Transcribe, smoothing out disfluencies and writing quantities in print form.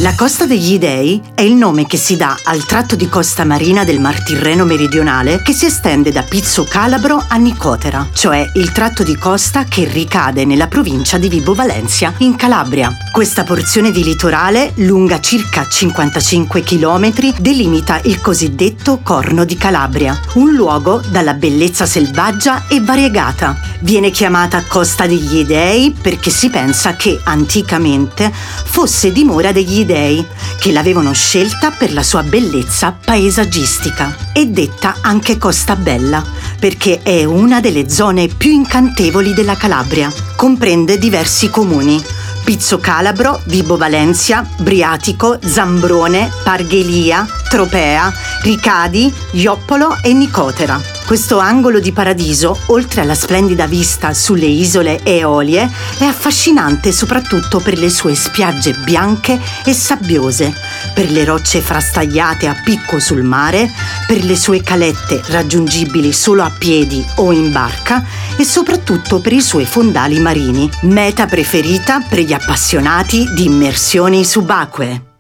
La Costa degli Dei è il nome che si dà al tratto di costa marina del Mar Tirreno meridionale che si estende da Pizzo Calabro a Nicotera, cioè il tratto di costa che ricade nella provincia di Vibo Valentia, in Calabria. Questa porzione di litorale, lunga circa 55 km, delimita il cosiddetto Corno di Calabria, un luogo dalla bellezza selvaggia e variegata. Viene chiamata Costa degli Dei perché si pensa che anticamente fosse dimora degli dei, che l'avevano scelta per la sua bellezza paesaggistica. È detta anche Costa Bella, perché è una delle zone più incantevoli della Calabria. Comprende diversi comuni: Pizzo Calabro, Vibo Valentia, Briatico, Zambrone, Parghelia, Tropea, Ricadi, Ioppolo e Nicotera. Questo angolo di paradiso, oltre alla splendida vista sulle isole Eolie, è affascinante soprattutto per le sue spiagge bianche e sabbiose, per le rocce frastagliate a picco sul mare, per le sue calette raggiungibili solo a piedi o in barca e soprattutto per i suoi fondali marini, meta preferita per gli appassionati di immersioni subacquee.